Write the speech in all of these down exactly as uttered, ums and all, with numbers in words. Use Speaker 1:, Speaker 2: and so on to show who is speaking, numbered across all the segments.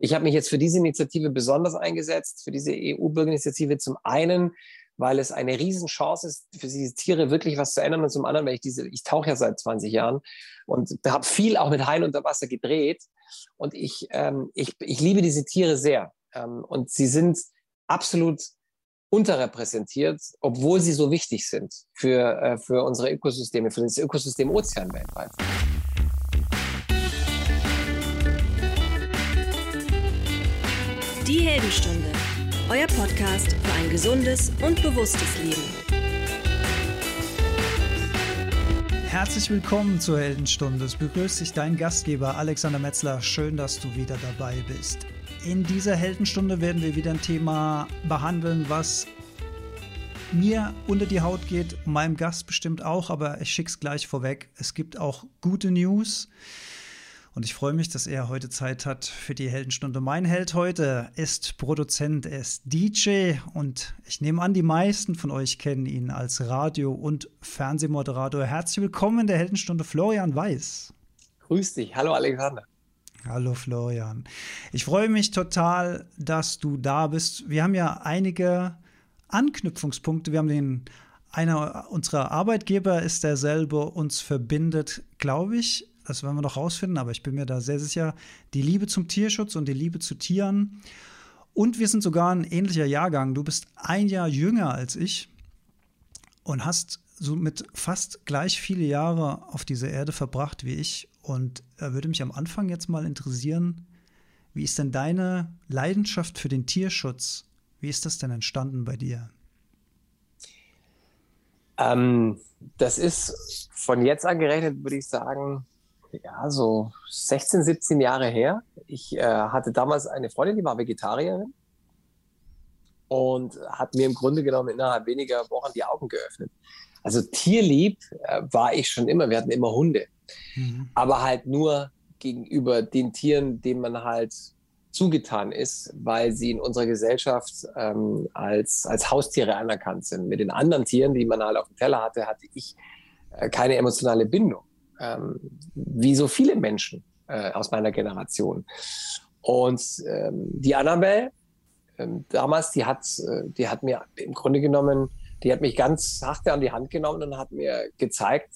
Speaker 1: ich habe mich jetzt für diese Initiative besonders eingesetzt, für diese E U-Bürgerinitiative. Zum einen, weil es eine Riesenchance ist, für diese Tiere wirklich was zu ändern. Und zum anderen, weil ich diese, ich tauche ja seit zwanzig Jahren und habe viel auch mit Haien unter Wasser gedreht. Und ich, ähm, ich, ich liebe diese Tiere sehr. Ähm, und sie sind absolut unterrepräsentiert, obwohl sie so wichtig sind für, äh, für unsere Ökosysteme, für das Ökosystem Ozean weltweit.
Speaker 2: Die Heldenstunde, euer Podcast für ein gesundes und bewusstes Leben.
Speaker 3: Herzlich willkommen zur Heldenstunde. Es begrüßt dich dein Gastgeber Alexander Metzler. Schön, dass du wieder dabei bist. In dieser Heldenstunde werden wir wieder ein Thema behandeln, was mir unter die Haut geht, meinem Gast bestimmt auch, aber ich schick's gleich vorweg. Es gibt auch gute News. Und ich freue mich, dass er heute Zeit hat für die Heldenstunde. Mein Held heute ist Produzent, er ist D J und ich nehme an, die meisten von euch kennen ihn als Radio- und Fernsehmoderator. Herzlich willkommen in der Heldenstunde, Florian Weiß.
Speaker 1: Grüß dich. Hallo Alexander.
Speaker 3: Hallo Florian. Ich freue mich total, dass du da bist. Wir haben ja einige Anknüpfungspunkte. Wir haben den, einer unserer Arbeitgeber ist derselbe, uns verbindet, glaube ich. Das werden wir noch rausfinden, aber ich bin mir da sehr sicher, die Liebe zum Tierschutz und die Liebe zu Tieren. Und wir sind sogar ein ähnlicher Jahrgang. Du bist ein Jahr jünger als ich und hast somit fast gleich viele Jahre auf dieser Erde verbracht wie ich. Und da würde mich am Anfang jetzt mal interessieren, wie ist denn deine Leidenschaft für den Tierschutz? Wie ist das denn entstanden bei dir?
Speaker 1: Ähm, das ist von jetzt an gerechnet, würde ich sagen, ja, so sechzehn, siebzehn Jahre her. Ich äh, hatte damals eine Freundin, die war Vegetarierin und hat mir im Grunde genommen innerhalb weniger Wochen die Augen geöffnet. Also tierlieb äh, war ich schon immer. Wir hatten immer Hunde, mhm. aber halt nur gegenüber den Tieren, denen man halt zugetan ist, weil sie in unserer Gesellschaft ähm, als, als Haustiere anerkannt sind. Mit den anderen Tieren, die man halt auf dem Teller hatte, hatte ich äh, keine emotionale Bindung. Ähm, wie so viele Menschen äh, aus meiner Generation. Und ähm, die Annabelle, ähm, damals, die hat, äh, die hat mir im Grunde genommen, die hat mich ganz sachte an die Hand genommen und hat mir gezeigt,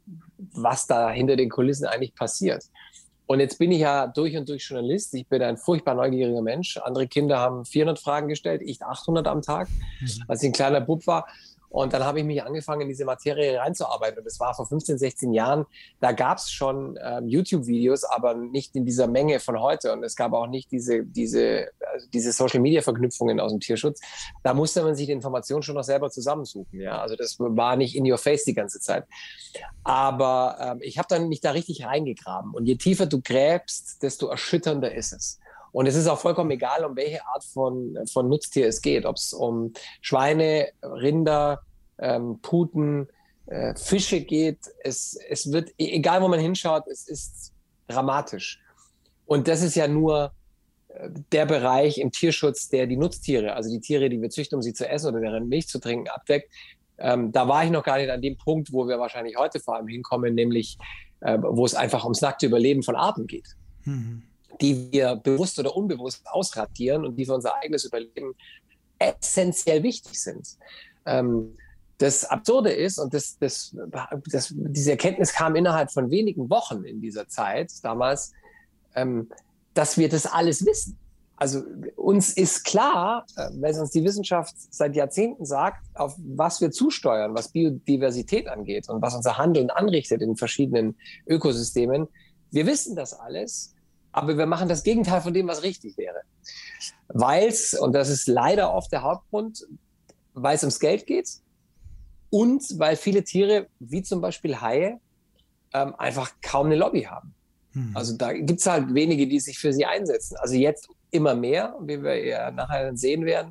Speaker 1: was da hinter den Kulissen eigentlich passiert. Und jetzt bin ich ja durch und durch Journalist. Ich bin ein furchtbar neugieriger Mensch. Andere Kinder haben vierhundert Fragen gestellt, ich achthundert am Tag, mhm. als ich ein kleiner Bub war. Und dann habe ich mich angefangen, in diese Materie reinzuarbeiten. Und das war vor fünfzehn, sechzehn Jahren. Da gab es schon ähm, YouTube-Videos, aber nicht in dieser Menge von heute. Und es gab auch nicht diese, diese, also diese Social-Media-Verknüpfungen aus dem Tierschutz. Da musste man sich die Informationen schon noch selber zusammensuchen. Ja, also das war nicht in your face die ganze Zeit. Aber ähm, ich habe dann mich da richtig reingegraben. Und je tiefer du gräbst, desto erschütternder ist es. Und es ist auch vollkommen egal, um welche Art von, von Nutztier es geht. Ob es um Schweine, Rinder, ähm, Puten, äh, Fische geht. Es, es wird, egal wo man hinschaut, es ist dramatisch. Und das ist ja nur äh, der Bereich im Tierschutz, der die Nutztiere, also die Tiere, die wir züchten, um sie zu essen oder deren Milch zu trinken, abdeckt. Ähm, da war ich noch gar nicht an dem Punkt, wo wir wahrscheinlich heute vor allem hinkommen, nämlich äh, wo es einfach ums nackte Überleben von Arten geht. Mhm. Die wir bewusst oder unbewusst ausradieren und die für unser eigenes Überleben essentiell wichtig sind. Ähm, das Absurde ist, und das, das, das, diese Erkenntnis kam innerhalb von wenigen Wochen in dieser Zeit damals, ähm, dass wir das alles wissen. Also uns ist klar, äh, weil uns die Wissenschaft seit Jahrzehnten sagt, auf was wir zusteuern, was Biodiversität angeht und was unser Handeln anrichtet in verschiedenen Ökosystemen. Wir wissen das alles. Aber wir machen das Gegenteil von dem, was richtig wäre. Weil es, und das ist leider oft der Hauptgrund, weil es ums Geld geht und weil viele Tiere, wie zum Beispiel Haie, ähm, einfach kaum eine Lobby haben. Hm. Also da gibt es halt wenige, die sich für sie einsetzen. Also jetzt immer mehr, wie wir ja nachher sehen werden.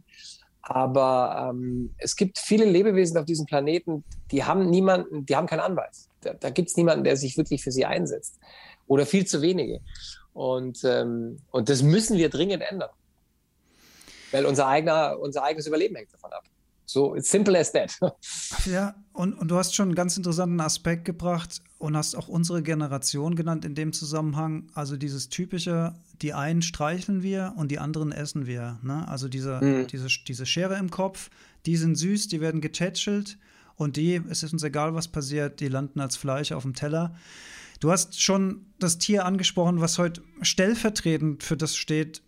Speaker 1: Aber ähm, es gibt viele Lebewesen auf diesem Planeten, die haben niemanden, die haben keinen Anwalt. Da, da gibt es niemanden, der sich wirklich für sie einsetzt. Oder viel zu wenige. Und, ähm, und das müssen wir dringend ändern. Weil unser eigener, unser eigenes Überleben hängt davon ab. So simple as that.
Speaker 3: Ja, und, und du hast schon einen ganz interessanten Aspekt gebracht und hast auch unsere Generation genannt in dem Zusammenhang. Also dieses typische, die einen streicheln wir und die anderen essen wir. Ne? Also diese, mhm. diese, diese Schere im Kopf, die sind süß, die werden getätschelt und die, es ist uns egal, was passiert, die landen als Fleisch auf dem Teller. Du hast schon das Tier angesprochen, was heute stellvertretend für das steht.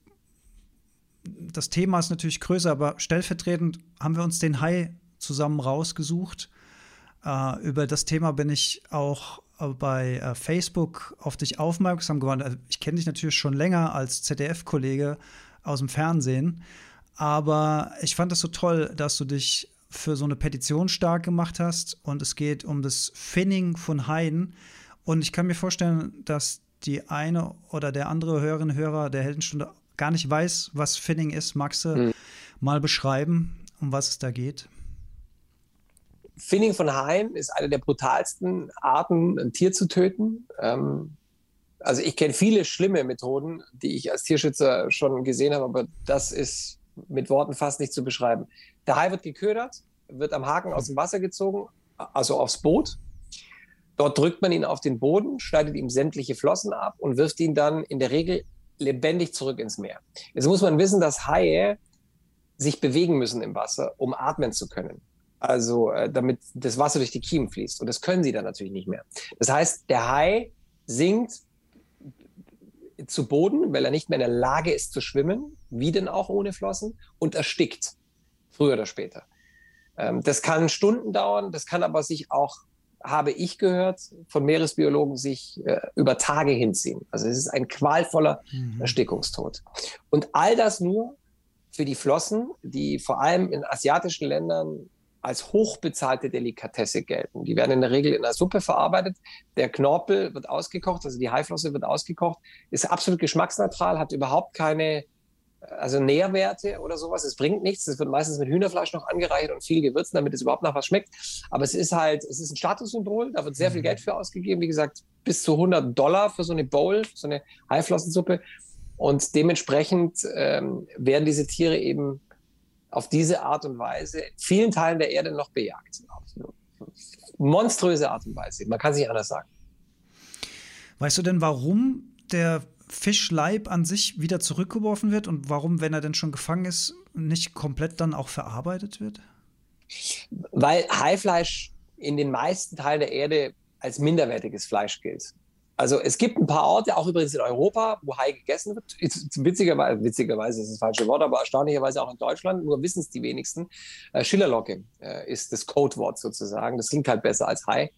Speaker 3: Das Thema ist natürlich größer, aber stellvertretend haben wir uns den Hai zusammen rausgesucht. Äh, über das Thema bin ich auch äh, bei äh, Facebook auf dich aufmerksam geworden. Also ich kenne dich natürlich schon länger als Z D F-Kollege aus dem Fernsehen, aber ich fand das so toll, dass du dich für so eine Petition stark gemacht hast und es geht um das Finning von Haien und ich kann mir vorstellen, dass die eine oder der andere Hörerin, Hörer der Heldenstunde gar nicht weiß, was Finning ist. Magst du hm. mal beschreiben, um was es da geht?
Speaker 1: Finning von Haien ist eine der brutalsten Arten, ein Tier zu töten. Ähm, also ich kenne viele schlimme Methoden, die ich als Tierschützer schon gesehen habe, aber das ist mit Worten fast nicht zu beschreiben. Der Hai wird geködert, wird am Haken aus dem Wasser gezogen, also aufs Boot. Dort drückt man ihn auf den Boden, schneidet ihm sämtliche Flossen ab und wirft ihn dann in der Regel lebendig zurück ins Meer. Jetzt muss man wissen, dass Haie sich bewegen müssen im Wasser, um atmen zu können. Also äh, damit das Wasser durch die Kiemen fließt. Und das können sie dann natürlich nicht mehr. Das heißt, der Hai sinkt zu Boden, weil er nicht mehr in der Lage ist zu schwimmen, wie denn auch ohne Flossen, und erstickt, früher oder später. Ähm, das kann Stunden dauern, das kann aber sich auch, habe ich gehört, von Meeresbiologen sich äh, über Tage hinziehen. Also es ist ein qualvoller mhm. Erstickungstod. Und all das nur für die Flossen, die vor allem in asiatischen Ländern als hochbezahlte Delikatesse gelten. Die werden in der Regel in der Suppe verarbeitet. Der Knorpel wird ausgekocht, also die Haiflosse wird ausgekocht, ist absolut geschmacksneutral, hat überhaupt keine also Nährwerte oder sowas. Es bringt nichts. Es wird meistens mit Hühnerfleisch noch angereichert und viel gewürzt, damit es überhaupt nach was schmeckt. Aber es ist halt, es ist ein Statussymbol. Da wird sehr viel Geld für ausgegeben. Wie gesagt, bis zu hundert Dollar für so eine Bowl, so eine Haiflossensuppe. Und dementsprechend ähm, werden diese Tiere eben auf diese Art und Weise in vielen Teilen der Erde noch bejagt. Monströse Art und Weise. Man kann es nicht anders sagen.
Speaker 3: Weißt du denn, warum der Fischleib an sich wieder zurückgeworfen wird und warum, wenn er denn schon gefangen ist, nicht komplett dann auch verarbeitet wird?
Speaker 1: Weil Haifleisch in den meisten Teilen der Erde als minderwertiges Fleisch gilt. Also es gibt ein paar Orte, auch übrigens in Europa, wo Hai gegessen wird. Witzigerweise, witzigerweise ist das falsche Wort, aber erstaunlicherweise auch in Deutschland, nur wissen es die wenigsten. Schillerlocke ist das Codewort sozusagen. Das klingt halt besser als Hai.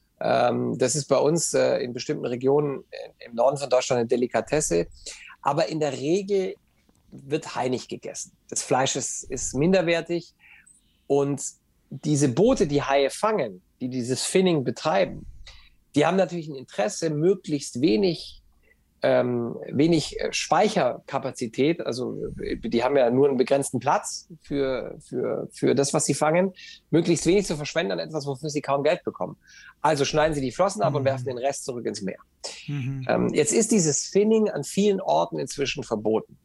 Speaker 1: Das ist bei uns in bestimmten Regionen im Norden von Deutschland eine Delikatesse. Aber in der Regel wird Hai nicht gegessen. Das Fleisch ist, ist minderwertig. Und diese Boote, die Haie fangen, die dieses Finning betreiben, die haben natürlich ein Interesse, möglichst wenig, ähm, wenig Speicherkapazität. Also die haben ja nur einen begrenzten Platz für, für, für das, was sie fangen, möglichst wenig zu verschwenden an etwas, wofür sie kaum Geld bekommen. Also schneiden sie die Flossen ab mhm. und werfen den Rest zurück ins Meer. Mhm. Ähm, jetzt ist dieses Finning an vielen Orten inzwischen verboten.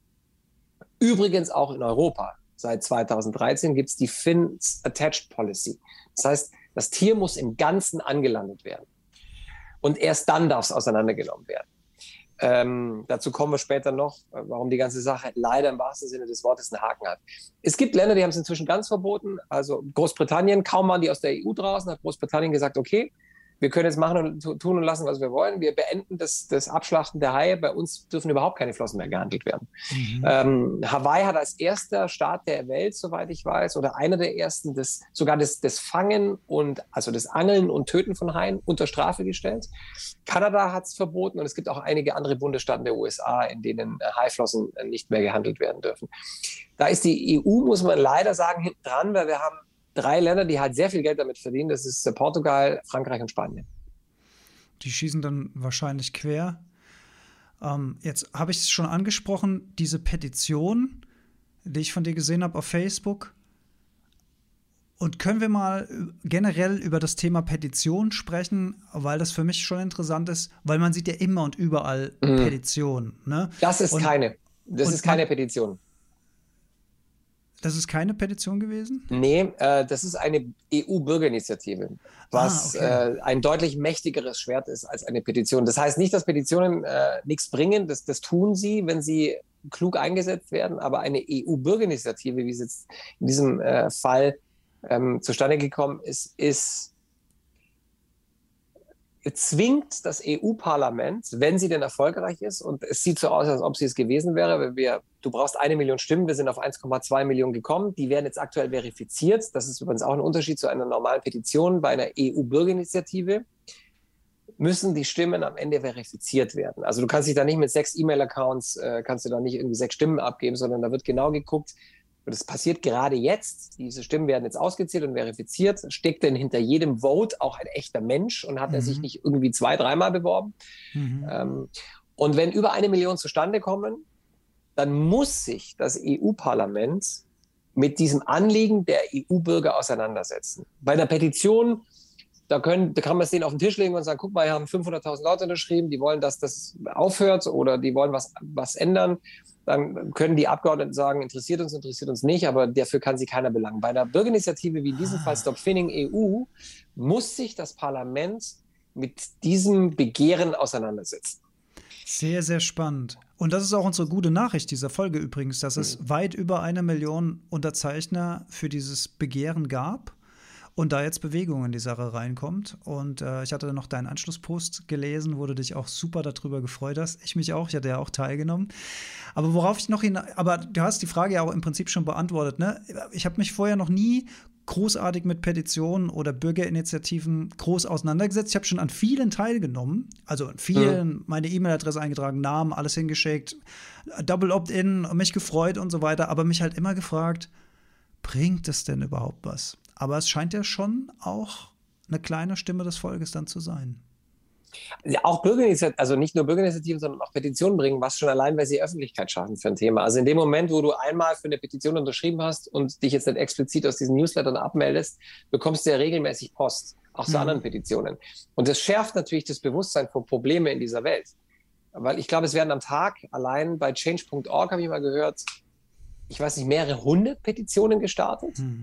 Speaker 1: Übrigens auch in Europa. Seit zweitausenddreizehn gibt es die Fins Attached Policy. Das heißt, das Tier muss im Ganzen angelandet werden. Und erst dann darf es auseinandergenommen werden. Ähm, dazu kommen wir später noch, warum die ganze Sache leider im wahrsten Sinne des Wortes einen Haken hat. Es gibt Länder, die haben es inzwischen ganz verboten. Also Großbritannien, kaum waren die aus der E U draußen, hat Großbritannien gesagt, okay, wir können jetzt machen und tun und lassen, was wir wollen. Wir beenden das, das Abschlachten der Haie. Bei uns dürfen überhaupt keine Flossen mehr gehandelt werden. Mhm. Ähm, Hawaii hat als erster Staat der Welt, soweit ich weiß, oder einer der ersten, das, sogar das, das Fangen und also das Angeln und Töten von Haien unter Strafe gestellt. Kanada hat es verboten und es gibt auch einige andere Bundesstaaten der U S A, in denen Haiflossen nicht mehr gehandelt werden dürfen. Da ist die E U, muss man leider sagen, hinten dran, weil wir haben drei Länder, die halt sehr viel Geld damit verdienen. Das ist Portugal, Frankreich und Spanien.
Speaker 3: Die schießen dann wahrscheinlich quer. Ähm, jetzt habe ich es schon angesprochen, diese Petition, die ich von dir gesehen habe auf Facebook. Und können wir mal generell über das Thema Petition sprechen, weil das für mich schon interessant ist, weil man sieht ja immer und überall mhm. Petitionen. Ne?
Speaker 1: Das ist und, keine. Das ist keine man, Petition.
Speaker 3: Das ist keine Petition gewesen?
Speaker 1: Nee, äh, das ist eine E U-Bürgerinitiative, was
Speaker 3: ah, okay.
Speaker 1: äh, ein deutlich mächtigeres Schwert ist als eine Petition. Das heißt nicht, dass Petitionen äh, nichts bringen, das, das tun sie, wenn sie klug eingesetzt werden, aber eine E U-Bürgerinitiative, wie es jetzt in diesem äh, Fall ähm, zustande gekommen ist, ist zwingt das E U-Parlament, wenn sie denn erfolgreich ist, und es sieht so aus, als ob sie es gewesen wäre, weil wir, du brauchst eine Million Stimmen, wir sind auf eins Komma zwei Millionen gekommen, die werden jetzt aktuell verifiziert. Das ist übrigens auch ein Unterschied zu einer normalen Petition. Bei einer E U-Bürgerinitiative müssen die Stimmen am Ende verifiziert werden. Also du kannst dich da nicht mit sechs E-Mail-Accounts, äh, kannst du da nicht irgendwie sechs Stimmen abgeben, sondern da wird genau geguckt, und das passiert gerade jetzt. Diese Stimmen werden jetzt ausgezählt und verifiziert. Steckt denn hinter jedem Vote auch ein echter Mensch und hat mhm. er sich nicht irgendwie zwei, dreimal beworben? Mhm. Ähm, und wenn über eine Million zustande kommen, dann muss sich das E U-Parlament mit diesem Anliegen der E U-Bürger auseinandersetzen. Bei einer Petition, da, können, da kann man es denen auf den Tisch legen und sagen, guck mal, wir haben fünfhunderttausend Leute unterschrieben, die wollen, dass das aufhört oder die wollen was, was ändern. Dann können die Abgeordneten sagen, interessiert uns, interessiert uns nicht, aber dafür kann sie keiner belangen. Bei einer Bürgerinitiative wie in diesem Fall Stop Finning E U muss sich das Parlament mit diesem Begehren auseinandersetzen.
Speaker 3: Sehr, sehr spannend. Und das ist auch unsere gute Nachricht dieser Folge übrigens, dass es mhm. weit über eine Million Unterzeichner für dieses Begehren gab. Und da jetzt Bewegung in die Sache reinkommt. Und äh, ich hatte dann noch deinen Anschlusspost gelesen, wo du dich auch super darüber gefreut hast. Ich mich auch, ich hatte ja auch teilgenommen. Aber worauf ich noch hin, aber du hast die Frage ja auch im Prinzip schon beantwortet, ne? Ich habe mich vorher noch nie großartig mit Petitionen oder Bürgerinitiativen groß auseinandergesetzt. Ich habe schon an vielen teilgenommen, also an vielen mhm. meine E-Mail-Adresse eingetragen, Namen, alles hingeschickt, Double Opt-in, mich gefreut und so weiter, aber mich halt immer gefragt, bringt es denn überhaupt was? Aber es scheint ja schon auch eine kleine Stimme des Volkes dann zu sein.
Speaker 1: Ja, auch Bürgerinitiativen, also nicht nur Bürgerinitiativen, sondern auch Petitionen bringen, was schon allein, weil sie Öffentlichkeit schaffen für ein Thema. Also in dem Moment, wo du einmal für eine Petition unterschrieben hast und dich jetzt nicht explizit aus diesen Newslettern abmeldest, bekommst du ja regelmäßig Post, auch zu mhm. anderen Petitionen. Und das schärft natürlich das Bewusstsein für Probleme in dieser Welt. Weil ich glaube, es werden am Tag allein bei change Punkt org, habe ich mal gehört, ich weiß nicht, mehrere hundert Petitionen gestartet. Mhm.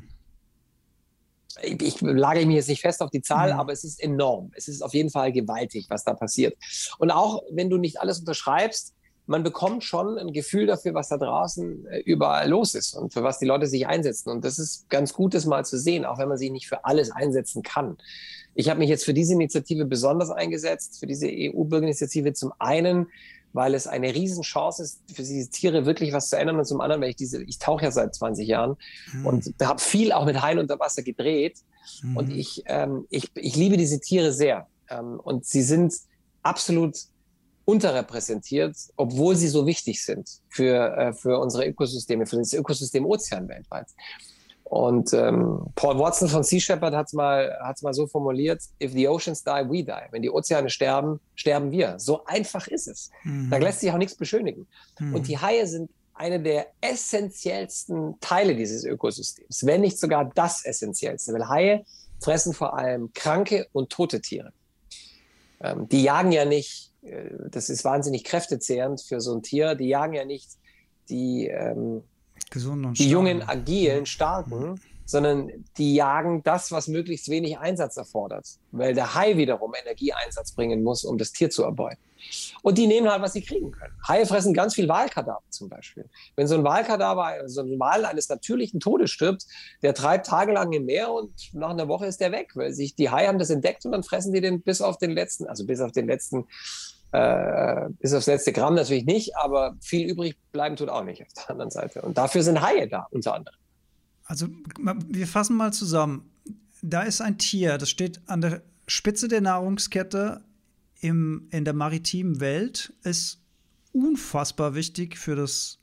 Speaker 1: Ich, ich lagere mich jetzt nicht fest auf die Zahl, mhm. aber es ist enorm. Es ist auf jeden Fall gewaltig, was da passiert. Und auch wenn du nicht alles unterschreibst, man bekommt schon ein Gefühl dafür, was da draußen überall los ist und für was die Leute sich einsetzen. Und das ist ganz gut, das mal zu sehen, auch wenn man sich nicht für alles einsetzen kann. Ich habe mich jetzt für diese Initiative besonders eingesetzt, für diese E U-Bürgerinitiative zum einen, weil es eine Riesenchance ist, für diese Tiere wirklich was zu ändern. Und zum anderen, weil ich diese, ich tauche ja seit zwanzig Jahren mhm. und habe viel auch mit Haien unter Wasser gedreht. Mhm. Und ich, ähm, ich, ich liebe diese Tiere sehr. Ähm, und sie sind absolut unterrepräsentiert, obwohl sie so wichtig sind für, äh, für unsere Ökosysteme, für das Ökosystem Ozean weltweit. Und ähm, Paul Watson von Sea Shepherd hat es mal, hat's mal so formuliert, if the oceans die, we die. Wenn die Ozeane sterben, sterben wir. So einfach ist es. Mhm. Da lässt sich auch nichts beschönigen. Mhm. Und die Haie sind eine der essentiellsten Teile dieses Ökosystems, wenn nicht sogar das Essentiellste. Weil Haie fressen vor allem kranke und tote Tiere. Ähm, die jagen ja nicht, äh, das ist wahnsinnig kräftezehrend für so ein Tier, die jagen ja nicht die... Ähm, die jungen, agilen, starken, mhm. sondern die jagen das, was möglichst wenig Einsatz erfordert, weil der Hai wiederum Energieeinsatz bringen muss, um das Tier zu erbeuten. Und die nehmen halt, was sie kriegen können. Haie fressen ganz viel Walkadaver zum Beispiel. Wenn so ein Walkadaver, so ein Wal eines natürlichen Todes stirbt, der treibt tagelang im Meer und nach einer Woche ist der weg, weil sich die Haie haben das entdeckt und dann fressen die den bis auf den letzten, also bis auf den letzten Äh, bis aufs letzte Gramm natürlich nicht, aber viel übrig bleiben tut auch nicht auf der anderen Seite. Und dafür sind Haie da, unter anderem.
Speaker 3: Also wir fassen mal zusammen. Da ist ein Tier, das steht an der Spitze der Nahrungskette im, in der maritimen Welt, ist unfassbar wichtig für das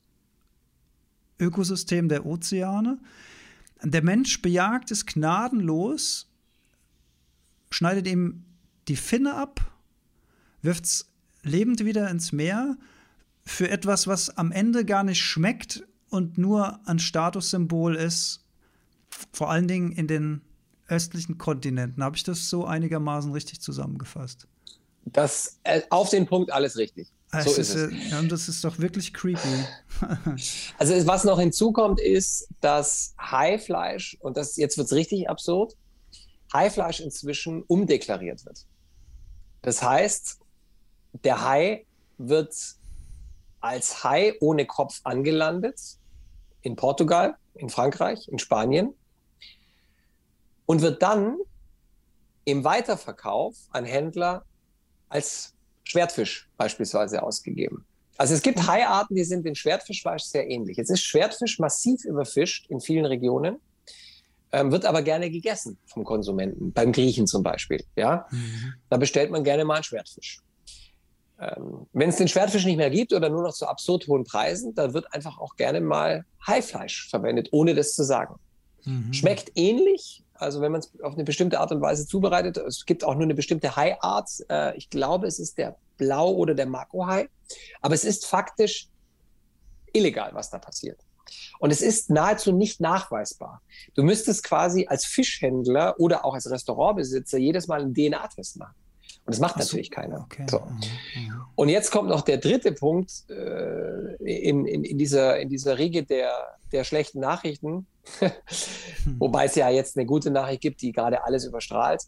Speaker 3: Ökosystem der Ozeane. Der Mensch bejagt es gnadenlos, schneidet ihm die Finne ab, wirft es lebend wieder ins Meer für etwas, was am Ende gar nicht schmeckt und nur ein Statussymbol ist, vor allen Dingen in den östlichen Kontinenten. Habe ich das so einigermaßen richtig zusammengefasst?
Speaker 1: Das, äh, auf den Punkt alles richtig. So ist es.
Speaker 3: Ja, das ist doch wirklich creepy.
Speaker 1: Also was noch hinzukommt, ist, dass Haifleisch, und das jetzt wird es richtig absurd, Haifleisch inzwischen umdeklariert wird. Das heißt, der Hai wird als Hai ohne Kopf angelandet in Portugal, in Frankreich, in Spanien und wird dann im Weiterverkauf an Händler als Schwertfisch beispielsweise ausgegeben. Also es gibt Haiarten, die sind dem Schwertfischfleisch sehr ähnlich. Jetzt ist Schwertfisch massiv überfischt in vielen Regionen, ähm, wird aber gerne gegessen vom Konsumenten, beim Griechen zum Beispiel. Ja? Mhm. Da bestellt man gerne mal einen Schwertfisch. Ähm, wenn es den Schwertfisch nicht mehr gibt oder nur noch zu absurd hohen Preisen, dann wird einfach auch gerne mal Haifleisch verwendet, ohne das zu sagen. Mhm. Schmeckt ähnlich, also wenn man es auf eine bestimmte Art und Weise zubereitet. Es gibt auch nur eine bestimmte Haiart. Äh, ich glaube, es ist der Blau- oder der Mako-Hai. Aber es ist faktisch illegal, was da passiert. Und es ist nahezu nicht nachweisbar. Du müsstest quasi als Fischhändler oder auch als Restaurantbesitzer jedes Mal einen D N A-Test machen. Und das macht so, natürlich keiner. Okay. So. Mhm. Und jetzt kommt noch der dritte Punkt äh, in, in, in, dieser, in dieser Riege der, der schlechten Nachrichten. Wobei es ja jetzt eine gute Nachricht gibt, die gerade alles überstrahlt.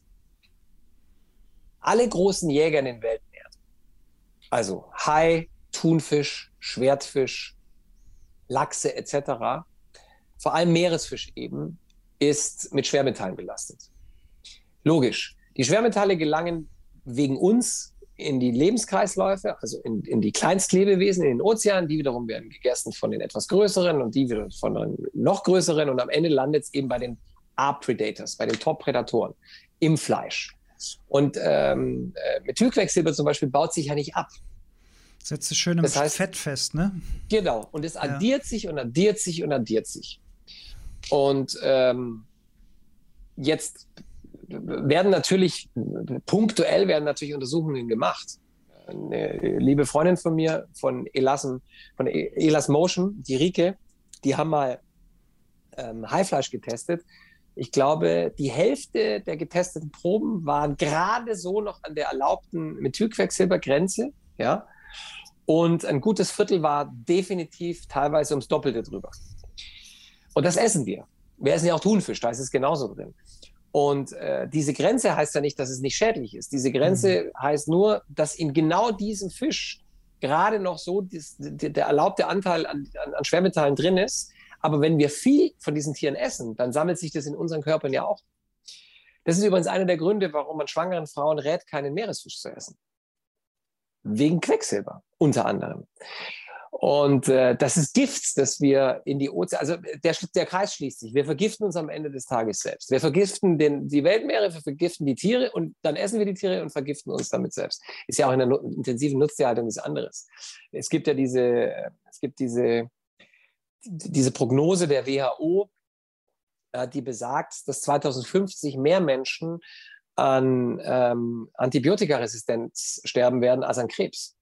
Speaker 1: Alle großen Jäger in den Weltmeeren, also Hai, Thunfisch, Schwertfisch, Lachse et cetera, vor allem Meeresfisch eben, ist mit Schwermetallen belastet. Logisch. Die Schwermetalle gelangen wegen uns in die Lebenskreisläufe, also in, in die Kleinstlebewesen, in den Ozeanen, die wiederum werden gegessen von den etwas größeren und die wieder von den noch größeren und am Ende landet es eben bei den A-Predators, bei den Top-Prädatoren im Fleisch. Und ähm, Methylquecksilber zum Beispiel baut sich ja nicht ab.
Speaker 3: Setzt sich schön im das heißt, Fett fest, ne?
Speaker 1: Genau. Und es addiert ja. sich und addiert sich und addiert sich. Und ähm, jetzt werden natürlich, punktuell werden natürlich Untersuchungen gemacht. Eine liebe Freundin von mir, von Elasm, von Elas Motion, die Rike, die haben mal ähm, Haifleisch getestet. Ich glaube, die Hälfte der getesteten Proben waren gerade so noch an der erlaubten Methylquecksilbergrenze, ja. Und ein gutes Viertel war definitiv teilweise ums Doppelte drüber. Und das essen wir. Wir essen ja auch Thunfisch, da ist es genauso drin. Und äh, diese Grenze heißt ja nicht, dass es nicht schädlich ist. Diese Grenze mhm. heißt nur, dass in genau diesem Fisch gerade noch so dies, der, der erlaubte Anteil an, an, an Schwermetallen drin ist. Aber wenn wir viel von diesen Tieren essen, dann sammelt sich das in unseren Körpern ja auch. Das ist übrigens einer der Gründe, warum man schwangeren Frauen rät, keinen Meeresfisch zu essen. Wegen Quecksilber, unter anderem. Und äh, das ist Gift, das wir in die Ozeane, also der, der Kreis schließt sich. Wir vergiften uns am Ende des Tages selbst. Wir vergiften den, die Weltmeere, wir vergiften die Tiere und dann essen wir die Tiere und vergiften uns damit selbst. Ist ja auch in der no- intensiven Nutztierhaltung nichts anderes. Es gibt ja diese, es gibt diese, diese Prognose der W H O, äh, die besagt, dass zweitausendfünfzig mehr Menschen an ähm, Antibiotikaresistenz sterben werden als an Krebs.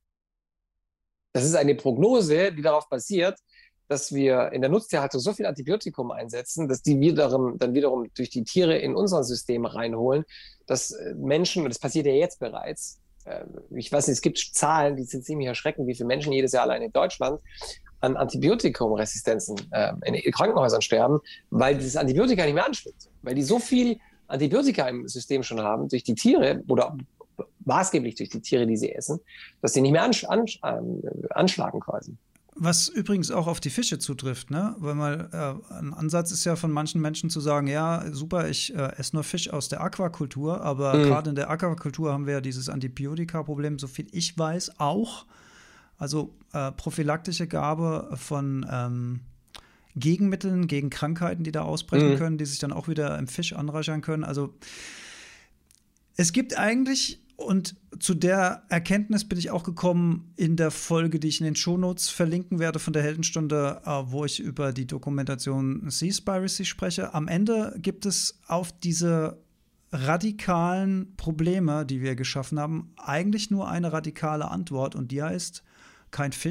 Speaker 1: Das ist eine Prognose, die darauf basiert, dass wir in der Nutztierhaltung so viel Antibiotikum einsetzen, dass die wiederum, dann wiederum durch die Tiere in unser System reinholen, dass Menschen, und das passiert ja jetzt bereits, äh, ich weiß nicht, es gibt Zahlen, die sind ziemlich erschreckend, wie viele Menschen jedes Jahr allein in Deutschland an Antibiotikumresistenzen äh, in Krankenhäusern sterben, weil das Antibiotika nicht mehr anschlägt. Weil die so viel Antibiotika im System schon haben, durch die Tiere oder maßgeblich durch die Tiere, die sie essen, dass sie nicht mehr ansch- ansch- anschlagen quasi.
Speaker 3: Was übrigens auch auf die Fische zutrifft, ne? Weil mal äh, ein Ansatz ist ja von manchen Menschen zu sagen, ja, super, ich äh, esse nur Fisch aus der Aquakultur, aber mhm. gerade in der Aquakultur haben wir ja dieses Antibiotika-Problem, so viel ich weiß, auch. Also äh, prophylaktische Gabe von ähm, Gegenmitteln gegen Krankheiten, die da ausbrechen mhm. können, die sich dann auch wieder im Fisch anreichern können. Also es gibt eigentlich, und zu der Erkenntnis bin ich auch gekommen in der Folge, die ich in den Shownotes verlinken werde von der Heldenstunde, wo ich über die Dokumentation Seaspiracy spreche. Am Ende gibt es auf diese radikalen Probleme, die wir geschaffen haben, eigentlich nur eine radikale Antwort und die heißt kein Fisch,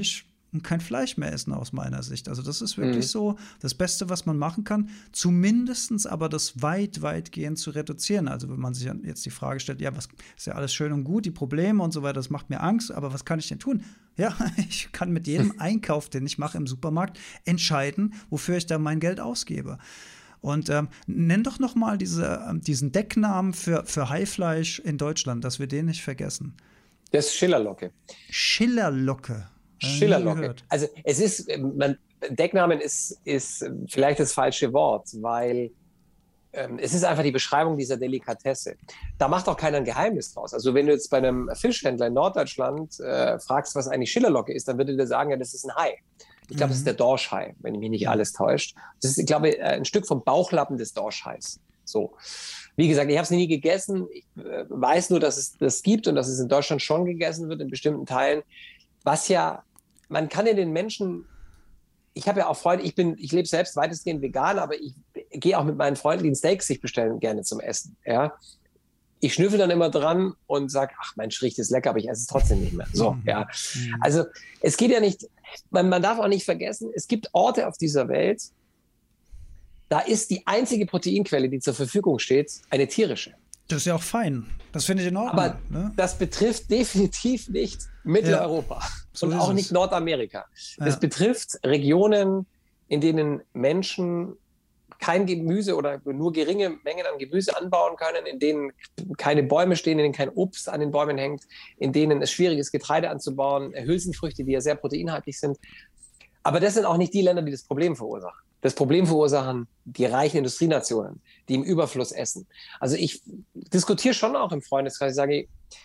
Speaker 3: und kein Fleisch mehr essen aus meiner Sicht. Also das ist wirklich mhm. so das Beste, was man machen kann. Zumindest aber das weit, weitgehend zu reduzieren. Also wenn man sich jetzt die Frage stellt, ja, was ist ja alles schön und gut, die Probleme und so weiter, das macht mir Angst, aber was kann ich denn tun? Ja, ich kann mit jedem Einkauf, den ich mache im Supermarkt, entscheiden, wofür ich da mein Geld ausgebe. Und ähm, nenn doch noch mal diese, ähm, diesen Decknamen für, für Haifleisch in Deutschland, dass wir den nicht vergessen.
Speaker 1: Das ist Schillerlocke.
Speaker 3: Schillerlocke.
Speaker 1: Schillerlocke. Also es ist, man, Decknamen ist, ist vielleicht das falsche Wort, weil ähm, es ist einfach die Beschreibung dieser Delikatesse. Da macht auch keiner ein Geheimnis draus. Also wenn du jetzt bei einem Fischhändler in Norddeutschland äh, fragst, was eigentlich Schillerlocke ist, dann würde der sagen, ja, das ist ein Hai. Ich glaube, mhm. das ist der Dorschhai, wenn mich nicht alles täuscht. Das ist, ich glaube, ein Stück vom Bauchlappen des Dorschhais. So. Wie gesagt, ich habe es nie gegessen. Ich äh, weiß nur, dass es das gibt und dass es in Deutschland schon gegessen wird in bestimmten Teilen. Was ja, man kann ja den Menschen, ich habe ja auch Freunde, ich bin, ich lebe selbst weitestgehend vegan, aber ich gehe auch mit meinen Freunden, die ein Steak sich bestellen, gerne zum Essen. Ja. Ich schnüffel dann immer dran und sage, ach, mein Riecht ist lecker, aber ich esse es trotzdem nicht mehr. So, ja. Also es geht ja nicht, man, man darf auch nicht vergessen, es gibt Orte auf dieser Welt, da ist die einzige Proteinquelle, die zur Verfügung steht, eine tierische.
Speaker 3: Das ist ja auch fein. Das finde ich in Ordnung.
Speaker 1: Aber
Speaker 3: ne?
Speaker 1: das betrifft definitiv nicht Mitteleuropa
Speaker 3: ja, so
Speaker 1: und auch nicht es. Nordamerika. Ja. Das betrifft Regionen, in denen Menschen kein Gemüse oder nur geringe Mengen an Gemüse anbauen können, in denen keine Bäume stehen, in denen kein Obst an den Bäumen hängt, in denen es schwierig ist, Getreide anzubauen, Hülsenfrüchte, die ja sehr proteinhaltig sind. Aber das sind auch nicht die Länder, die das Problem verursachen. Das Problem verursachen die reichen Industrienationen, die im Überfluss essen. Also ich diskutiere schon auch im Freundeskreis, ich sage,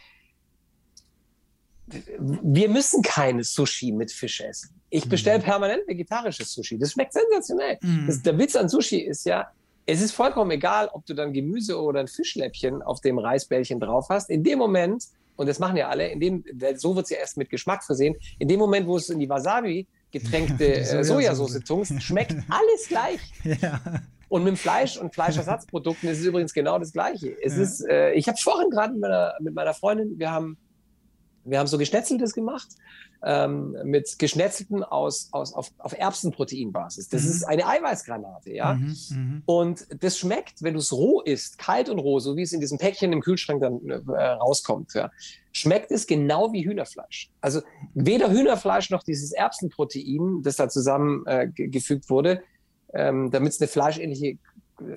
Speaker 1: wir müssen keine Sushi mit Fisch essen. Ich bestelle permanent vegetarisches Sushi. Das schmeckt sensationell. Mhm. Das, der Witz an Sushi ist ja, es ist vollkommen egal, ob du dann Gemüse oder ein Fischläppchen auf dem Reisbällchen drauf hast. In dem Moment, und das machen ja alle, in dem, so wird es ja erst mit Geschmack versehen, in dem Moment, wo es in die Wasabi getränkte äh, Sojasauce tunkst, schmeckt alles gleich. Ja. Und mit dem Fleisch und Fleischersatzprodukten ist es übrigens genau das Gleiche. Es ja. ist, äh, ich habe vorhin gerade mit meiner, mit meiner Freundin, wir haben, wir haben so Geschnetzeltes gemacht, ähm, mit Geschnetzelten aus, aus, auf, auf Erbsenproteinbasis. Das mhm. ist eine Eiweißgranate, ja. Mhm, mh. Und das schmeckt, wenn du es roh isst, kalt und roh, so wie es in diesem Päckchen im Kühlschrank dann äh, rauskommt, ja, schmeckt es genau wie Hühnerfleisch. Also weder Hühnerfleisch noch dieses Erbsenprotein, das da zusammengefügt äh, wurde, ähm, damit es eine fleischähnliche äh,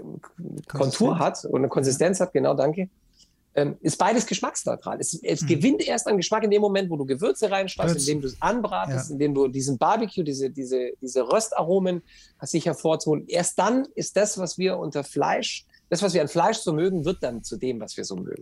Speaker 1: Kontur hat und eine Konsistenz ja. hat, genau, danke, ähm, ist beides geschmacksneutral. Es, es mhm. gewinnt erst an Geschmack in dem Moment, wo du Gewürze reinschreibst, indem du es anbratest, ja. indem du diesen Barbecue, diese, diese, diese Röstaromen hast sich hervorzuholen. Erst dann ist das, was wir unter Fleisch, das, was wir an Fleisch so mögen, wird dann zu dem, was wir so mögen.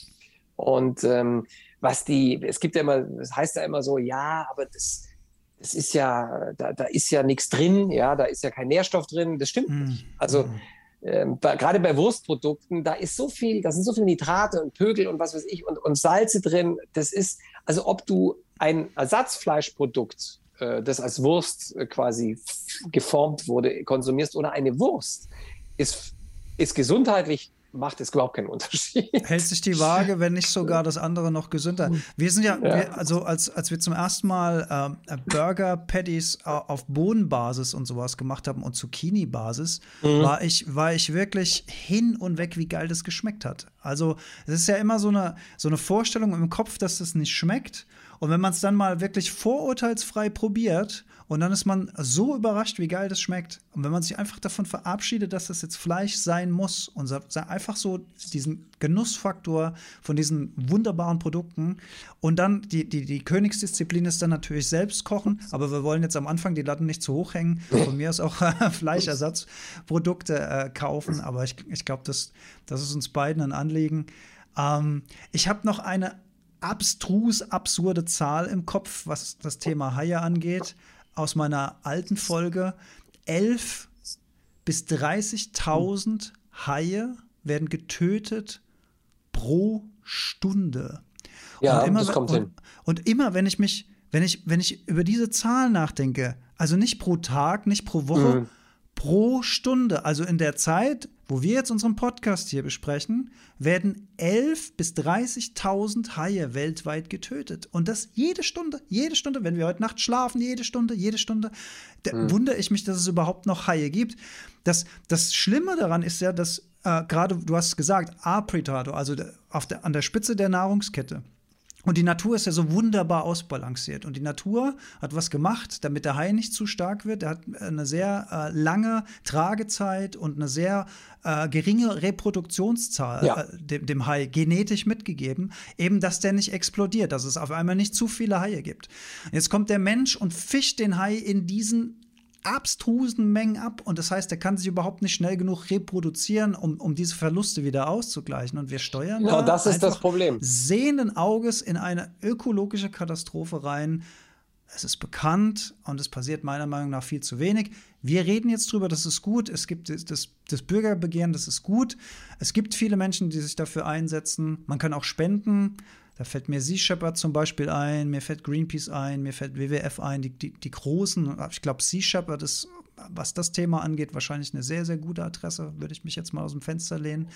Speaker 1: Und ähm, was die, es gibt ja immer, das heißt ja immer so, ja, aber das, das ist ja, da, da ist ja nichts drin, ja, da ist ja kein Nährstoff drin, das stimmt mm. nicht. Also mm. ähm, bei, gerade bei Wurstprodukten, da ist so viel, da sind so viele Nitrate und Pögel und was weiß ich und, und Salze drin, das ist, also ob du ein Ersatzfleischprodukt, äh, das als Wurst äh, quasi geformt wurde, konsumierst oder eine Wurst, ist, ist gesundheitlich macht es überhaupt keinen Unterschied.
Speaker 3: Hält sich die Waage, wenn nicht sogar das andere noch gesünder. Wir sind ja, ja. Wir, also als, als wir zum ersten Mal äh, Burger-Patties äh, auf Bohnenbasis und sowas gemacht haben und Zucchini-Basis, mhm. war ich, war ich wirklich hin und weg, wie geil das geschmeckt hat. Also es ist ja immer so eine, so eine Vorstellung im Kopf, dass das nicht schmeckt. Und wenn man es dann mal wirklich vorurteilsfrei probiert und dann ist man so überrascht, wie geil das schmeckt. Und wenn man sich einfach davon verabschiedet, dass das jetzt Fleisch sein muss und einfach so diesen Genussfaktor von diesen wunderbaren Produkten und dann die, die, die Königsdisziplin ist dann natürlich selbst kochen, aber wir wollen jetzt am Anfang die Latten nicht zu hoch hängen. Von mir aus auch Fleischersatzprodukte äh, kaufen, aber ich, ich glaube, das, das ist uns beiden ein Anliegen. Ähm, ich habe noch eine abstrus absurde Zahl im Kopf, was das Thema Haie angeht, aus meiner alten Folge. elf bis dreißigtausend Haie werden getötet pro Stunde.
Speaker 1: Ja,
Speaker 3: und immer,
Speaker 1: das kommt
Speaker 3: und,
Speaker 1: hin.
Speaker 3: Und immer, wenn ich mich, wenn ich, wenn ich über diese Zahl nachdenke, also nicht pro Tag, nicht pro Woche, mhm. pro Stunde, also in der Zeit wo wir jetzt unseren Podcast hier besprechen, werden elf bis dreißigtausend Haie weltweit getötet. Und das jede Stunde, jede Stunde, wenn wir heute Nacht schlafen, jede Stunde, jede Stunde. Da mhm. wundere ich mich, dass es überhaupt noch Haie gibt. Das, das Schlimme daran ist ja, dass äh, gerade, du hast gesagt, A-Predator, also auf der, an der Spitze der Nahrungskette. Und die Natur ist ja so wunderbar ausbalanciert. Und die Natur hat was gemacht, damit der Hai nicht zu stark wird. Er hat eine sehr äh, lange Tragezeit und eine sehr äh, geringe Reproduktionszahl
Speaker 1: ja.
Speaker 3: äh, dem, dem Hai genetisch mitgegeben. Eben, dass der nicht explodiert, dass es auf einmal nicht zu viele Haie gibt. Jetzt kommt der Mensch und fischt den Hai in diesen abstrusen Mengen ab. Und das heißt, er kann sich überhaupt nicht schnell genug reproduzieren, um, um diese Verluste wieder auszugleichen. Und wir steuern
Speaker 1: genau,
Speaker 3: da
Speaker 1: das ist das Problem.
Speaker 3: Sehenden Auges in eine ökologische Katastrophe rein. Es ist bekannt und es passiert meiner Meinung nach viel zu wenig. Wir reden jetzt drüber, das ist gut. Es gibt das, das Bürgerbegehren, das ist gut. Es gibt viele Menschen, die sich dafür einsetzen. Man kann auch spenden. Da fällt mir Sea Shepherd zum Beispiel ein, mir fällt Greenpeace ein, mir fällt W W F ein, die, die, die großen. Ich glaube, Sea Shepherd ist, was das Thema angeht, wahrscheinlich eine sehr, sehr gute Adresse, würde ich mich jetzt mal aus dem Fenster lehnen.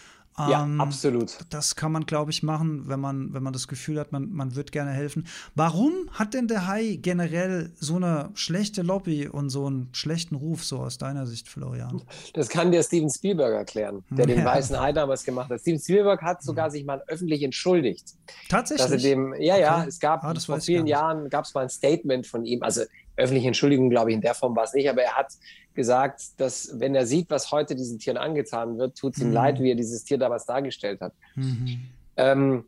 Speaker 1: Ja,
Speaker 3: ähm,
Speaker 1: absolut.
Speaker 3: Das kann man, glaube ich, machen, wenn man, wenn man das Gefühl hat, man, man wird gerne helfen. Warum hat denn der Hai generell so eine schlechte Lobby und so einen schlechten Ruf, so aus deiner Sicht, Florian?
Speaker 1: Das kann dir Steven Spielberg erklären, der
Speaker 3: ja.
Speaker 1: den Weißen Hai damals gemacht hat. Steven Spielberg hat sogar sich mal öffentlich entschuldigt.
Speaker 3: Tatsächlich?
Speaker 1: Dass er dem, ja, ja,
Speaker 3: okay.
Speaker 1: es gab
Speaker 3: ah,
Speaker 1: vor vielen Jahren gab es mal ein Statement von ihm, also öffentliche Entschuldigung, glaube ich, in der Form war es nicht, aber er hat gesagt, dass wenn er sieht, was heute diesen Tieren angetan wird, tut es ihm mhm. leid, wie er dieses Tier damals dargestellt hat. Mhm. Ähm,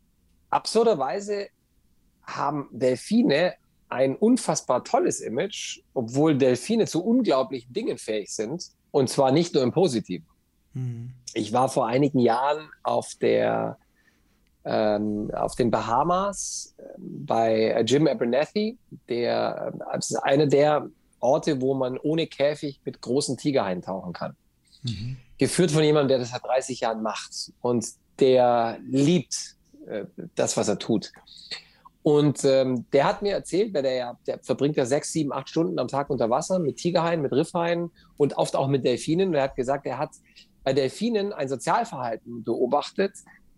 Speaker 1: absurderweise haben Delfine ein unfassbar tolles Image, obwohl Delfine zu unglaublichen Dingen fähig sind, und zwar nicht nur im Positiven. Mhm. Ich war vor einigen Jahren auf der ähm, auf den Bahamas äh, bei Jim Abernethy, der äh, das ist eine der Orte, wo man ohne Käfig mit großen Tigerhaien tauchen kann. Mhm. Geführt von jemandem, der das seit dreißig Jahren macht und der liebt äh, das, was er tut. Und ähm, der hat mir erzählt, weil der ja, der verbringt ja sechs, sieben, acht Stunden am Tag unter Wasser mit Tigerhaien, mit Riffhaien und oft auch mit Delfinen. Und er hat gesagt, er hat bei Delfinen ein Sozialverhalten beobachtet,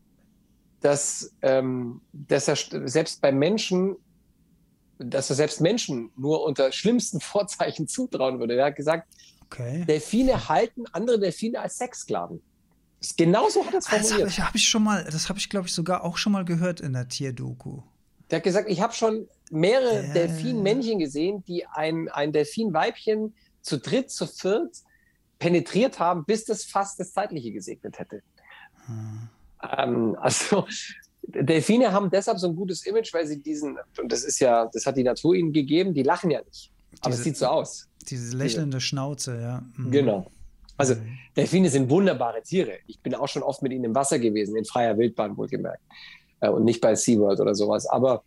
Speaker 1: dass, ähm, dass er selbst bei Menschen, dass er selbst Menschen nur unter schlimmsten Vorzeichen zutrauen würde. Er hat gesagt, okay. Delfine halten andere Delfine als Sexsklaven. Genauso hat er es formuliert.
Speaker 3: Das habe ich, hab ich schon mal, das habe ich, glaube ich, sogar auch schon mal gehört in der Tierdoku.
Speaker 1: Der hat gesagt, ich habe schon mehrere äh. Delfinmännchen gesehen, die ein, ein Delfinweibchen zu dritt, zu viert penetriert haben, bis das fast das Zeitliche gesegnet hätte. Hm. Ähm, also Delfine haben deshalb so ein gutes Image, weil sie diesen, und das ist ja, das hat die Natur ihnen gegeben, die lachen ja nicht. Aber diese, es sieht so aus.
Speaker 3: Diese lächelnde diese. Schnauze, ja. Mhm.
Speaker 1: Genau. Also mhm. Delfine sind wunderbare Tiere. Ich bin auch schon oft mit ihnen im Wasser gewesen, in freier Wildbahn wohlgemerkt. Äh, und nicht bei SeaWorld oder sowas. Aber,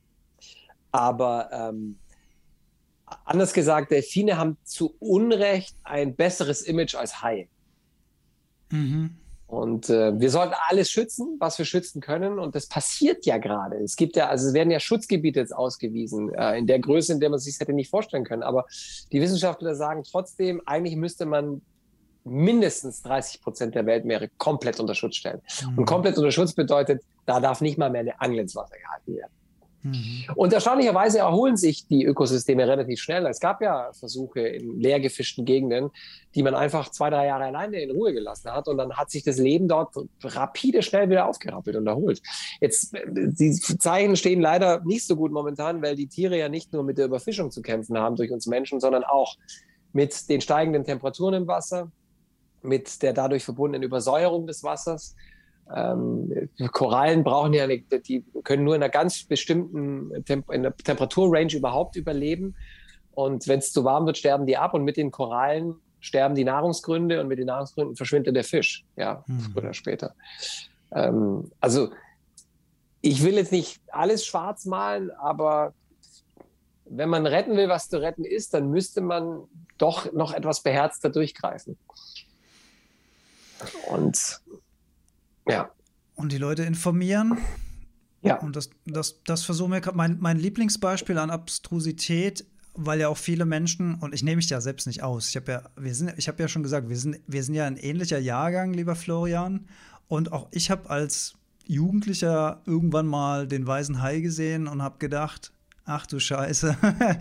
Speaker 1: aber ähm, anders gesagt, Delfine haben zu Unrecht ein besseres Image als Haie. Mhm. Und äh, wir sollten alles schützen, was wir schützen können. Und das passiert ja gerade. Es gibt ja, also es werden ja Schutzgebiete jetzt ausgewiesen, äh, in der Größe, in der man sich hätte nicht vorstellen können. Aber die Wissenschaftler sagen trotzdem, eigentlich müsste man mindestens dreißig Prozent der Weltmeere komplett unter Schutz stellen. Mhm. Und komplett unter Schutz bedeutet, da darf nicht mal mehr eine Angel ins Wasser gehalten werden. Mhm. Und erstaunlicherweise erholen sich die Ökosysteme relativ schnell. Es gab ja Versuche in leer gefischten Gegenden, die man einfach zwei, drei Jahre alleine in Ruhe gelassen hat. Und dann hat sich das Leben dort rapide schnell wieder aufgerappelt und erholt. Jetzt, die Zeichen stehen leider nicht so gut momentan, weil die Tiere ja nicht nur mit der Überfischung zu kämpfen haben durch uns Menschen, sondern auch mit den steigenden Temperaturen im Wasser, mit der dadurch verbundenen Übersäuerung des Wassers. Ähm, Korallen brauchen ja, eine, die können nur in einer ganz bestimmten Temp- in einer Temperaturrange überhaupt überleben. Und wenn es zu warm wird, sterben die ab. Und mit den Korallen sterben die Nahrungsgründe und mit den Nahrungsgründen verschwindet der Fisch. Ja, mhm. früher oder später. Ähm, also ich will jetzt nicht alles schwarz malen, aber wenn man retten will, was zu retten ist, dann müsste man doch noch etwas beherzter durchgreifen. Und ja.
Speaker 3: Und die Leute informieren.
Speaker 1: Ja.
Speaker 3: Und das, das, das versuchen wir gerade. Mein, mein Lieblingsbeispiel an Abstrusität weil ja auch viele Menschen, und ich nehme mich ja selbst nicht aus, ich habe ja, wir sind, ich habe ja schon gesagt, wir sind, wir sind ja ein ähnlicher Jahrgang, lieber Florian, und auch ich habe als Jugendlicher irgendwann mal den Weißen Hai gesehen und habe gedacht, ach du Scheiße.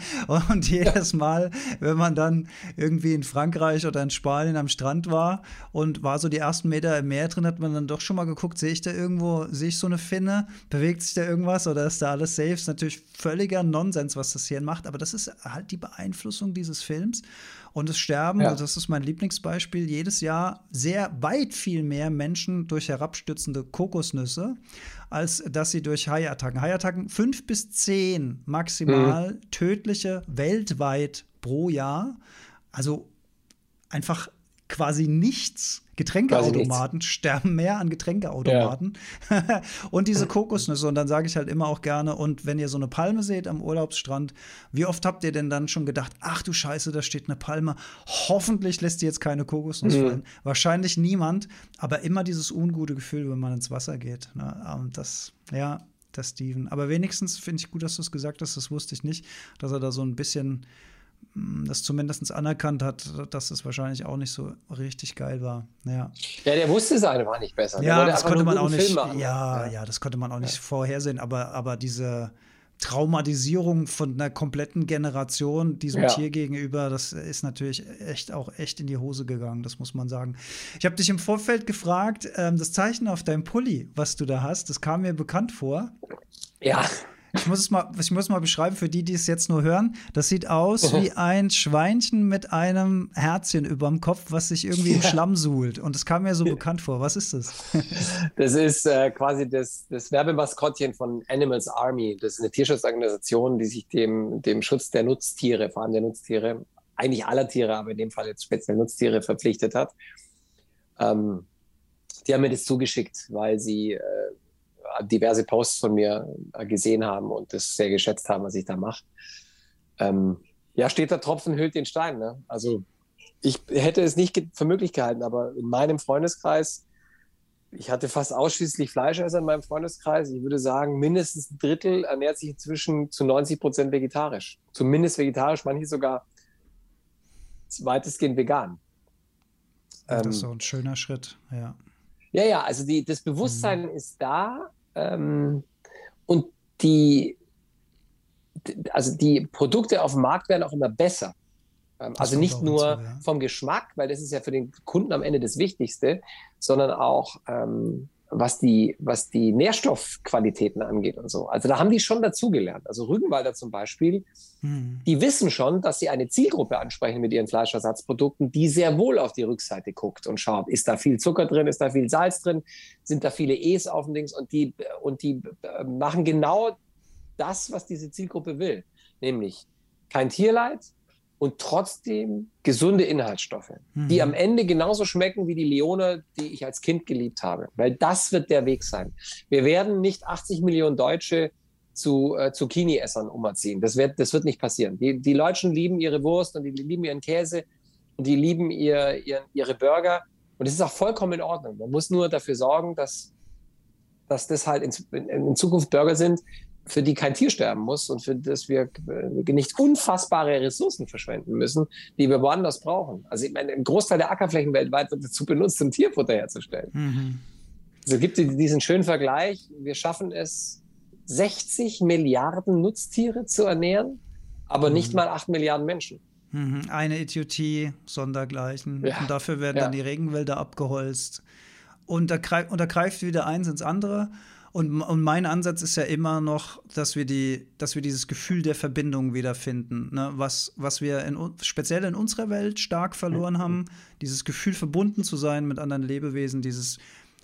Speaker 3: Und jedes Mal, wenn man dann irgendwie in Frankreich oder in Spanien am Strand war und war so die ersten Meter im Meer drin, hat man dann doch schon mal geguckt, sehe ich da irgendwo, sehe ich so eine Finne, bewegt sich da irgendwas oder ist da alles safe? Ist natürlich völliger Nonsens, was das hier macht, aber das ist halt die Beeinflussung dieses Films. Und es sterben, ja. Das ist mein Lieblingsbeispiel, jedes Jahr sehr weit viel mehr Menschen durch herabstürzende Kokosnüsse, als dass sie durch Haiattacken. Haiattacken fünf bis zehn maximal mhm. tödliche weltweit pro Jahr. Also einfach quasi nichts. Getränkeautomaten nichts. Sterben mehr an Getränkeautomaten. Ja. Und diese Kokosnüsse. Und dann sage ich halt immer auch gerne, und wenn ihr so eine Palme seht am Urlaubsstrand, wie oft habt ihr denn dann schon gedacht, ach du Scheiße, da steht eine Palme. Hoffentlich lässt die jetzt keine Kokosnuss mhm. fallen. Wahrscheinlich niemand, aber immer dieses ungute Gefühl, wenn man ins Wasser geht. Ne? Und das, ja, das Steven. Aber wenigstens finde ich gut, dass du es gesagt hast, das wusste ich nicht, dass er da so ein bisschen das zumindest anerkannt hat, dass es wahrscheinlich auch nicht so richtig geil war. Ja,
Speaker 1: ja, der wusste es einfach nicht besser.
Speaker 3: Ja, das konnte man auch nicht. Ja, ja, ja, das konnte man auch nicht ja. vorhersehen. Aber, aber diese Traumatisierung von einer kompletten Generation diesem ja. Tier gegenüber, das ist natürlich echt auch echt in die Hose gegangen. Das muss man sagen. Ich habe dich im Vorfeld gefragt, ähm, das Zeichen auf deinem Pulli, was du da hast, das kam mir bekannt vor.
Speaker 1: Ja.
Speaker 3: Ich muss es mal, ich muss mal beschreiben für die, die es jetzt nur hören. Das sieht aus wie ein Schweinchen mit einem Herzchen überm Kopf, was sich irgendwie im Schlamm suhlt. Und das kam mir so bekannt vor. Was ist das?
Speaker 1: Das ist äh, quasi das, das Werbemaskottchen von Animals Army. Das ist eine Tierschutzorganisation, die sich dem, dem Schutz der Nutztiere, vor allem der Nutztiere, eigentlich aller Tiere, aber in dem Fall jetzt speziell Nutztiere, verpflichtet hat. Ähm, die haben mir das zugeschickt, weil sie äh, diverse Posts von mir gesehen haben und das sehr geschätzt haben, was ich da mache. Ähm, ja, steht der Tropfen hüllt den Stein. Ne? Also ich hätte es nicht für möglich gehalten, aber in meinem Freundeskreis, ich hatte fast ausschließlich Fleischesser in meinem Freundeskreis, ich würde sagen, mindestens ein Drittel ernährt sich inzwischen zu neunzig Prozent vegetarisch. Zumindest vegetarisch, manche sogar weitestgehend vegan.
Speaker 3: Ja, das ist so ein schöner Schritt, ja.
Speaker 1: Ja, ja, also die, das Bewusstsein mhm. ist da ähm, und die, also die Produkte auf dem Markt werden auch immer besser. Ähm, also nicht nur so, ja. vom Geschmack, weil das ist ja für den Kunden am Ende das Wichtigste, sondern auch ähm, was die, was die Nährstoffqualitäten angeht und so. Also da haben die schon dazugelernt. Also Rügenwalder zum Beispiel, hm. die wissen schon, dass sie eine Zielgruppe ansprechen mit ihren Fleischersatzprodukten, die sehr wohl auf die Rückseite guckt und schaut, ist da viel Zucker drin, ist da viel Salz drin, sind da viele E's auf dem Dings und die, und die machen genau das, was diese Zielgruppe will. Nämlich kein Tierleid und trotzdem gesunde Inhaltsstoffe, mhm. die am Ende genauso schmecken wie die Leone, die ich als Kind geliebt habe. Weil das wird der Weg sein. Wir werden nicht achtzig Millionen Deutsche zu äh, Zucchini-Essern umerziehen. Das wird, das wird nicht passieren. Die, die Deutschen lieben ihre Wurst und die lieben ihren Käse und die lieben ihr, ihr, ihre Burger. Und das ist auch vollkommen in Ordnung. Man muss nur dafür sorgen, dass, dass das halt in, in Zukunft Burger sind, für die kein Tier sterben muss und für das wir nicht unfassbare Ressourcen verschwenden müssen, die wir woanders brauchen. Also ich meine, ein Großteil der Ackerflächen weltweit wird dazu benutzt, um Tierfutter herzustellen. Mhm. Also gibt es diesen schönen Vergleich, wir schaffen es, sechzig Milliarden Nutztiere zu ernähren, aber mhm. nicht mal acht Milliarden Menschen.
Speaker 3: Mhm. Eine Idiotie, sondergleichen. Ja. Und dafür werden ja. dann die Regenwälder abgeholzt. Und da, greif, und da greift wieder eins ins andere. Und, und mein Ansatz ist ja immer noch, dass wir, die, dass wir dieses Gefühl der Verbindung wiederfinden, ne? was, was wir in, speziell in unserer Welt stark verloren haben, dieses Gefühl, verbunden zu sein mit anderen Lebewesen, dieses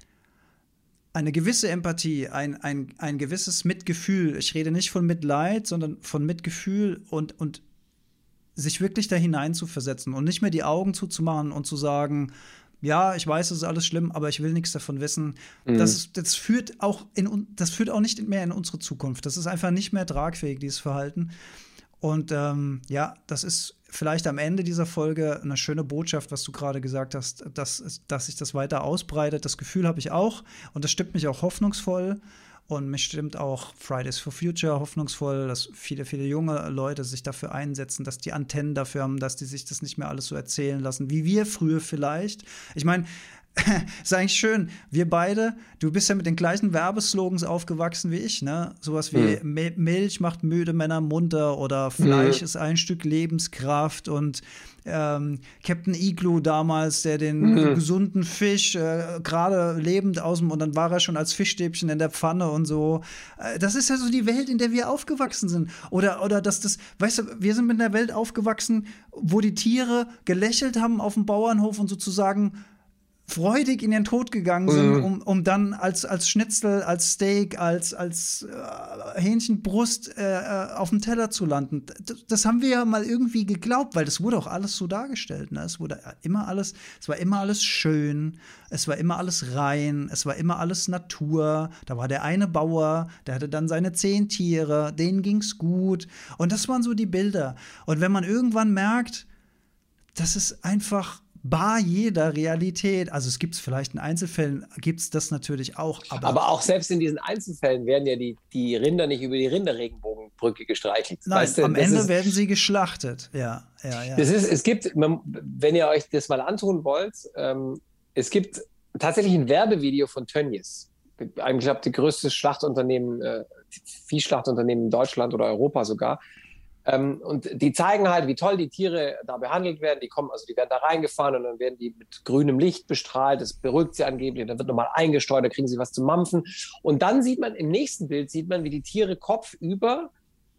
Speaker 3: eine gewisse Empathie, ein, ein, ein gewisses Mitgefühl. Ich rede nicht von Mitleid, sondern von Mitgefühl und, und sich wirklich da hinein zu versetzen und nicht mehr die Augen zuzumachen und zu sagen, ja, ich weiß, es ist alles schlimm, aber ich will nichts davon wissen. Mhm. Das, das, führt auch in, das führt auch nicht mehr in unsere Zukunft. Das ist einfach nicht mehr tragfähig, dieses Verhalten. Und ähm, ja, das ist vielleicht am Ende dieser Folge eine schöne Botschaft, was du gerade gesagt hast, dass, dass sich das weiter ausbreitet. Das Gefühl habe ich auch und das stimmt mich auch hoffnungsvoll. Und mich stimmt auch Fridays for Future hoffnungsvoll, dass viele, viele junge Leute sich dafür einsetzen, dass die Antennen dafür haben, dass die sich das nicht mehr alles so erzählen lassen, wie wir früher vielleicht. Ich meine, ist eigentlich schön, wir beide, du bist ja mit den gleichen Werbeslogans aufgewachsen wie ich, ne? Sowas wie mhm. Milch macht müde Männer munter oder Fleisch mhm. ist ein Stück Lebenskraft und ähm, Captain Igloo damals, der den mhm. gesunden Fisch äh, gerade lebend aus dem, und dann war er schon als Fischstäbchen in der Pfanne und so. Äh, das ist ja so die Welt, in der wir aufgewachsen sind. Oder, oder dass das, weißt du, wir sind mit einer Welt aufgewachsen, wo die Tiere gelächelt haben auf dem Bauernhof und sozusagen freudig in ihren Tod gegangen sind, um, um dann als, als Schnitzel, als Steak, als, als äh, Hähnchenbrust äh, auf dem Teller zu landen. Das, das haben wir ja mal irgendwie geglaubt, weil das wurde auch alles so dargestellt. Ne? Es wurde immer alles, es war immer alles schön, es war immer alles rein, es war immer alles Natur. Da war der eine Bauer, der hatte dann seine zehn Tiere, denen ging's gut. Und das waren so die Bilder. Und wenn man irgendwann merkt, das ist einfach bar jeder Realität. Also es gibt es vielleicht in Einzelfällen, gibt es das natürlich auch. Aber,
Speaker 1: aber auch selbst in diesen Einzelfällen werden ja die, die Rinder nicht über die Rinderregenbogenbrücke gestreichelt.
Speaker 3: Nein,
Speaker 1: weißt du,
Speaker 3: am Ende
Speaker 1: ist,
Speaker 3: werden sie geschlachtet. Ja, ja, ja.
Speaker 1: Das ist, es gibt, wenn ihr euch das mal antun wollt, ähm, es gibt tatsächlich ein Werbevideo von Tönnies. Ich glaube, das größte Schlachtunternehmen, äh, Viehschlachtunternehmen in Deutschland oder Europa sogar. Ähm, und die zeigen halt, wie toll die Tiere da behandelt werden. Die kommen, also die werden da reingefahren und dann werden die mit grünem Licht bestrahlt. Das beruhigt sie angeblich. Und dann wird nochmal eingesteuert, da kriegen sie was zu mampfen. Und dann sieht man, im nächsten Bild sieht man, wie die Tiere kopfüber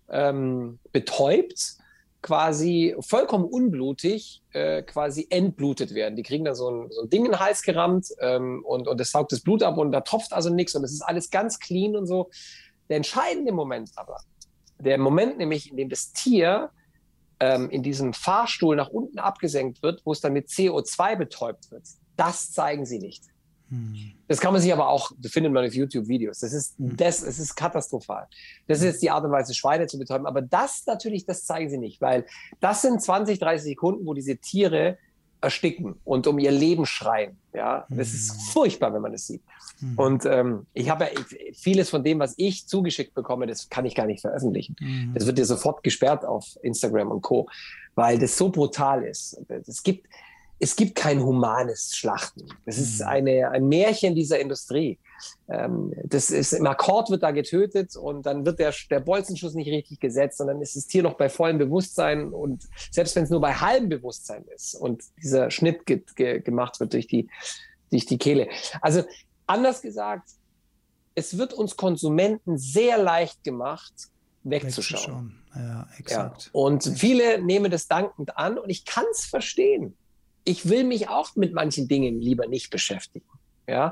Speaker 1: ähm, betäubt, quasi vollkommen unblutig, äh, quasi entblutet werden. Die kriegen da so ein, so ein Ding in den Hals gerammt ähm, und, und das saugt das Blut ab und da tropft also nichts und das ist alles ganz clean und so. Der entscheidende Moment aber, der Moment nämlich, in dem das Tier ähm, in diesem Fahrstuhl nach unten abgesenkt wird, wo es dann mit C O zwei betäubt wird, das zeigen sie nicht. Hm. Das kann man sich aber auch, das findet man auf YouTube-Videos. Das ist, hm. das, das ist katastrophal. Das ist jetzt die Art und Weise, Schweine zu betäuben. Aber das natürlich, das zeigen sie nicht, weil das sind zwanzig, dreißig Sekunden, wo diese Tiere ersticken und um ihr Leben schreien. Ja, das ist furchtbar, wenn man das sieht. Mhm. Und ähm, ich habe ja vieles von dem, was ich zugeschickt bekomme, das kann ich gar nicht veröffentlichen. Mhm. Das wird dir sofort gesperrt auf Instagram und Co., weil das so brutal ist. Es gibt, es gibt kein humanes Schlachten. Das mhm. ist eine, ein Märchen dieser Industrie. Ähm, das ist, im Akkord wird da getötet und dann wird der, der Bolzenschuss nicht richtig gesetzt und dann ist das Tier noch bei vollem Bewusstsein und selbst wenn es nur bei halbem Bewusstsein ist und dieser Schnitt ge, ge, gemacht wird durch die, durch die Kehle. Also anders gesagt, es wird uns Konsumenten sehr leicht gemacht, wegzuschauen. wegzuschauen.
Speaker 3: Ja, exakt.
Speaker 1: Ja. Und viele nehmen das dankend an und ich kann es verstehen. Ich will mich auch mit manchen Dingen lieber nicht beschäftigen. Ja,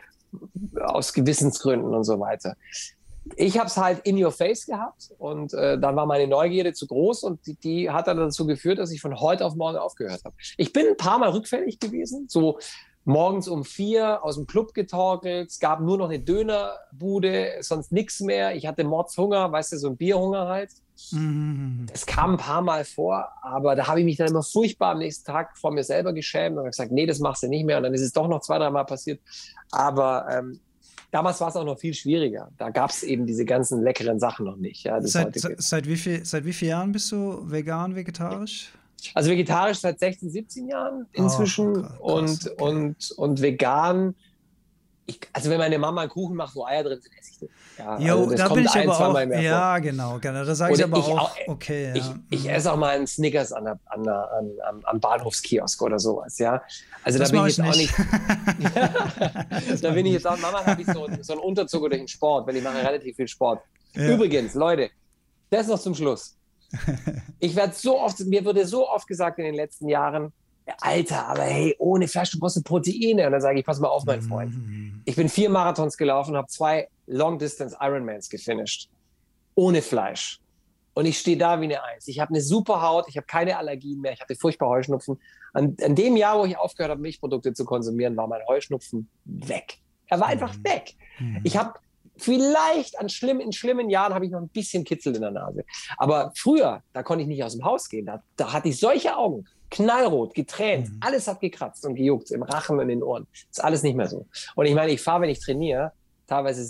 Speaker 1: aus Gewissensgründen und so weiter. Ich habe es halt in your face gehabt und äh, dann war meine Neugierde zu groß und die, die hat dann dazu geführt, dass ich von heute auf morgen aufgehört habe. Ich bin ein paar Mal rückfällig gewesen, so morgens um vier aus dem Club getorkelt, es gab nur noch eine Dönerbude, sonst nichts mehr. Ich hatte Mordshunger, weißt du, so ein Bierhunger halt. Mhm. Das kam ein paar Mal vor, aber da habe ich mich dann immer furchtbar am nächsten Tag vor mir selber geschämt und habe gesagt, nee, das machst du nicht mehr. Und dann ist es doch noch zwei, drei Mal passiert. Aber ähm, damals war es auch noch viel schwieriger. Da gab es eben diese ganzen leckeren Sachen noch nicht. Ja, das
Speaker 3: seit, seit, seit, wie viel, seit wie vielen Jahren bist du vegan, vegetarisch?
Speaker 1: Also vegetarisch seit sechzehn, siebzehn Jahren inzwischen. Oh, krass, und, okay. und, und vegan, ich, also wenn meine Mama einen Kuchen macht, wo Eier drin sind, esse ich das. Ja,
Speaker 3: jo,
Speaker 1: also das
Speaker 3: da
Speaker 1: kommt
Speaker 3: bin ich
Speaker 1: ein,
Speaker 3: aber auch,
Speaker 1: mehr
Speaker 3: ja,
Speaker 1: vor.
Speaker 3: genau, genau, da sage ich aber ich auch, auch, okay.
Speaker 1: Ich,
Speaker 3: ja.
Speaker 1: ich esse auch mal einen Snickers an der, an der, an, am, am Bahnhofskiosk oder sowas, ja. Also
Speaker 3: das
Speaker 1: da bin ich jetzt
Speaker 3: nicht.
Speaker 1: auch nicht, da bin ich jetzt auch, Mama habe ich so, so einen Unterzucker durch den Sport, weil ich mache relativ viel Sport. Ja. Übrigens, Leute, das noch zum Schluss. Ich werde so oft, mir wurde so oft gesagt in den letzten Jahren, Alter, aber hey, ohne Fleisch, du brauchst Proteine. Und dann sage ich, pass mal auf, mein Freund. Ich bin vier Marathons gelaufen, habe zwei Long-Distance Ironmans gefinisht. Ohne Fleisch. Und ich stehe da wie eine Eins. Ich habe eine super Haut, ich habe keine Allergien mehr, ich hatte furchtbar Heuschnupfen. An, an dem Jahr, wo ich aufgehört habe, Milchprodukte zu konsumieren, war mein Heuschnupfen weg. Er war einfach weg. Ich habe vielleicht an schlimm, in schlimmen Jahren habe ich noch ein bisschen Kitzel in der Nase. Aber früher, da konnte ich nicht aus dem Haus gehen. Da, da hatte ich solche Augen. Knallrot, getränt, mhm. alles hat gekratzt und gejuckt, im Rachen und in den Ohren. Ist alles nicht mehr so. Und ich meine, ich fahre, wenn ich trainiere, teilweise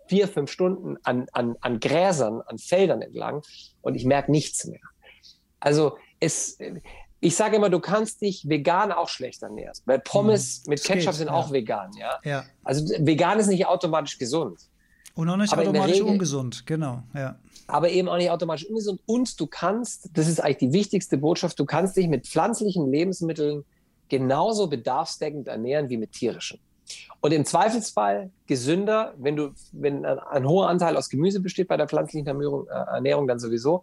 Speaker 1: vier, fünf Stunden an, an, an Gräsern, an Feldern entlang und ich merke nichts mehr. Also es, ich sage immer, du kannst dich vegan auch schlecht ernähren, weil Pommes mhm. mit Ketchup geht, sind ja. auch vegan. Ja? Ja. Also vegan ist nicht automatisch gesund.
Speaker 3: Und auch nicht aber automatisch Regel, ungesund, genau. Ja.
Speaker 1: Aber eben auch nicht automatisch ungesund. Und du kannst, das ist eigentlich die wichtigste Botschaft, du kannst dich mit pflanzlichen Lebensmitteln genauso bedarfsdeckend ernähren wie mit tierischen. Und im Zweifelsfall gesünder, wenn du, wenn ein, ein hoher Anteil aus Gemüse besteht bei der pflanzlichen Ernährung, äh, Ernährung dann sowieso.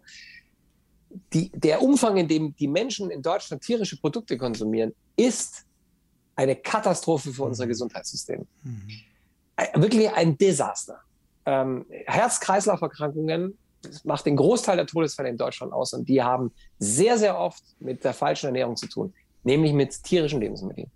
Speaker 1: Die, der Umfang, in dem die Menschen in Deutschland tierische Produkte konsumieren, ist eine Katastrophe für unser Gesundheitssystem. Mhm. Wirklich ein Desaster. Ähm, Herz-Kreislauf-Erkrankungen, das macht den Großteil der Todesfälle in Deutschland aus und die haben sehr, sehr oft mit der falschen Ernährung zu tun, nämlich mit tierischen Lebensmitteln.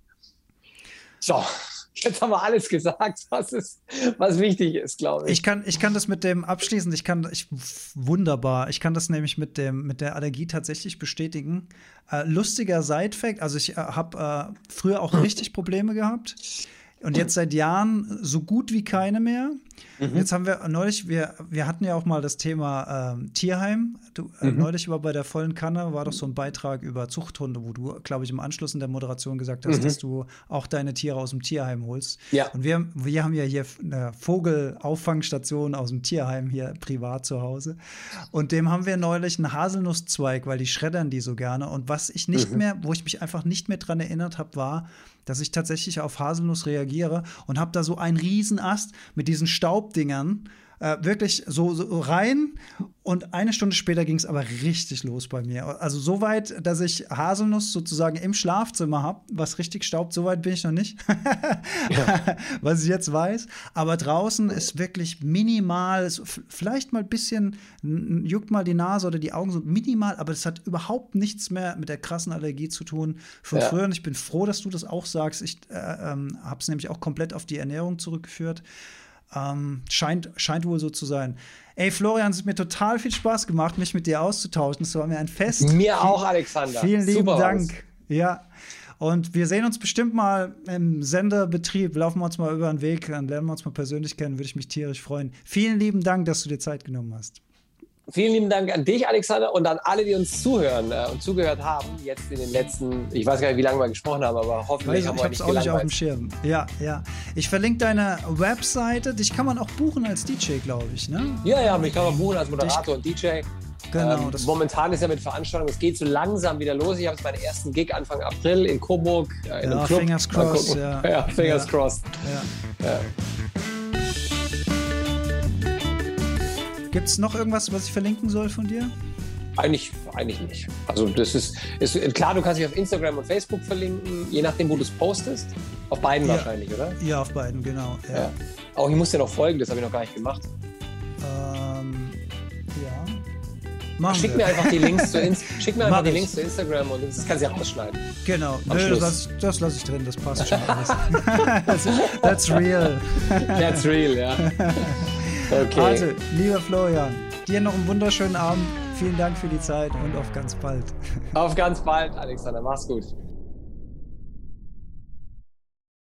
Speaker 1: So, jetzt haben wir alles gesagt, was, ist, was wichtig ist, glaube ich.
Speaker 3: Ich kann, ich kann das mit dem abschließen, ich kann, ich, wunderbar, ich kann das nämlich mit, dem, mit der Allergie tatsächlich bestätigen. Äh, lustiger Side-Fact, also ich äh, habe äh, früher auch richtig Probleme gehabt. Und jetzt seit Jahren so gut wie keine mehr. Mhm. Jetzt haben wir neulich, wir, wir hatten ja auch mal das Thema ähm, Tierheim. Du, äh, mhm. Neulich war bei der vollen Kanne, war doch so ein Beitrag über Zuchthunde, wo du, glaube ich, im Anschluss in der Moderation gesagt hast, mhm. dass du auch deine Tiere aus dem Tierheim holst. Ja. Und wir, wir haben ja hier eine Vogelauffangstation aus dem Tierheim hier privat zu Hause. Und dem haben wir neulich einen Haselnusszweig, weil die schreddern die so gerne. Und was ich nicht mhm. mehr, wo ich mich einfach nicht mehr dran erinnert habe, war, dass ich tatsächlich auf Haselnuss reagiere und habe da so einen Riesenast mit diesen Staubdingern äh, wirklich so, so rein und eine Stunde später ging es aber richtig los bei mir. Also so weit, dass ich Haselnuss sozusagen im Schlafzimmer habe, was richtig staubt, so weit bin ich noch nicht, ja. was ich jetzt weiß. Aber draußen ist wirklich minimal, so, vielleicht mal ein bisschen, juckt mal die Nase oder die Augen so minimal, aber das hat überhaupt nichts mehr mit der krassen Allergie zu tun von ja. früher. Und ich bin froh, dass du das auch sagst. Ich äh, ähm, habe es nämlich auch komplett auf die Ernährung zurückgeführt. Ähm, scheint, scheint wohl so zu sein. Ey, Florian, es hat mir total viel Spaß gemacht, mich mit dir auszutauschen. Es war mir ein Fest.
Speaker 1: Mir Viel, auch, Alexander.
Speaker 3: Vielen lieben
Speaker 1: Super
Speaker 3: Dank.
Speaker 1: Aus.
Speaker 3: Ja. Und wir sehen uns bestimmt mal im Senderbetrieb. Laufen wir uns mal über den Weg, dann lernen wir uns mal persönlich kennen. Würde ich mich tierisch freuen. Vielen lieben Dank, dass du dir Zeit genommen hast.
Speaker 1: Vielen lieben Dank an dich, Alexander, und an alle, die uns zuhören äh, und zugehört haben. Jetzt in den letzten, ich weiß gar nicht, wie lange wir gesprochen haben, aber hoffentlich
Speaker 3: weiß,
Speaker 1: haben
Speaker 3: wir nicht gelangweilt. Ich habe es auch nicht auf dem Schirm. Ja, ja. Ich verlinke deine Webseite. Dich kann man auch buchen als D J, glaube ich, ne?
Speaker 1: Ja, ja, mich kann man buchen als Moderator ich, und D J.
Speaker 3: Genau.
Speaker 1: Ähm, momentan ist ja mit Veranstaltungen, es geht so langsam wieder los. Ich habe jetzt meinen ersten Gig Anfang April in Coburg, äh, in
Speaker 3: ja,
Speaker 1: einem Club.
Speaker 3: Fingers crossed, ja.
Speaker 1: Ja, fingers ja. crossed.
Speaker 3: Ja. Ja. Gibt es noch irgendwas, was ich verlinken soll von dir?
Speaker 1: Eigentlich, eigentlich nicht. Also das ist, ist klar, du kannst dich auf Instagram und Facebook verlinken, je nachdem, wo du es postest. Auf beiden ja. wahrscheinlich, oder?
Speaker 3: Ja, auf beiden, genau. Ja. Ja.
Speaker 1: Auch ich muss dir noch folgen, das habe ich noch gar nicht gemacht.
Speaker 3: Ähm, ja. Machen
Speaker 1: Schick
Speaker 3: wir.
Speaker 1: mir einfach die Links zu, Inst- Schick mir einfach die Links zu Instagram und das kannst du ja rausschneiden.
Speaker 3: Genau, Nö, das lasse ich, das lass ich drin, das passt schon alles. that's, that's real.
Speaker 1: That's real, ja. Okay.
Speaker 3: Also, lieber Florian, dir noch einen wunderschönen Abend. Vielen Dank für die Zeit und auf ganz bald.
Speaker 1: Auf ganz bald, Alexander. Mach's gut.